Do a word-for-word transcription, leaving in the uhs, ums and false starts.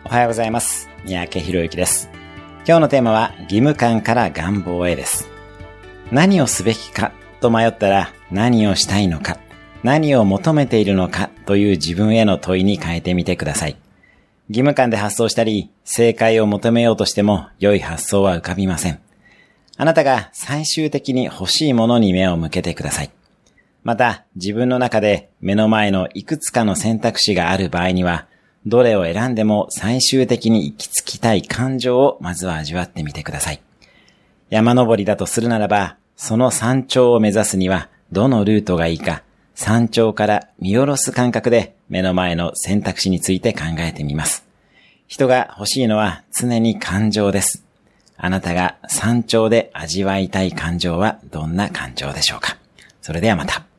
おはようございます。三宅博之です。今日のテーマは義務感から願望へです。何をすべきかと迷ったら何をしたいのか、何を求めているのかという自分への問いに変えてみてください。義務感で発想したり、正解を求めようとしても良い発想は浮かびません。あなたが最終的に欲しいものに目を向けてください。また、自分の中で目の前のいくつかの選択肢がある場合には、どれを選んでも最終的に行き着きたい感情をまずは味わってみてください。山登りだとするならば、その山頂を目指すにはどのルートがいいか、山頂から見下ろす感覚で目の前の選択肢について考えてみます。人が欲しいのは常に感情です。あなたが山頂で味わいたい感情はどんな感情でしょうか。それではまた。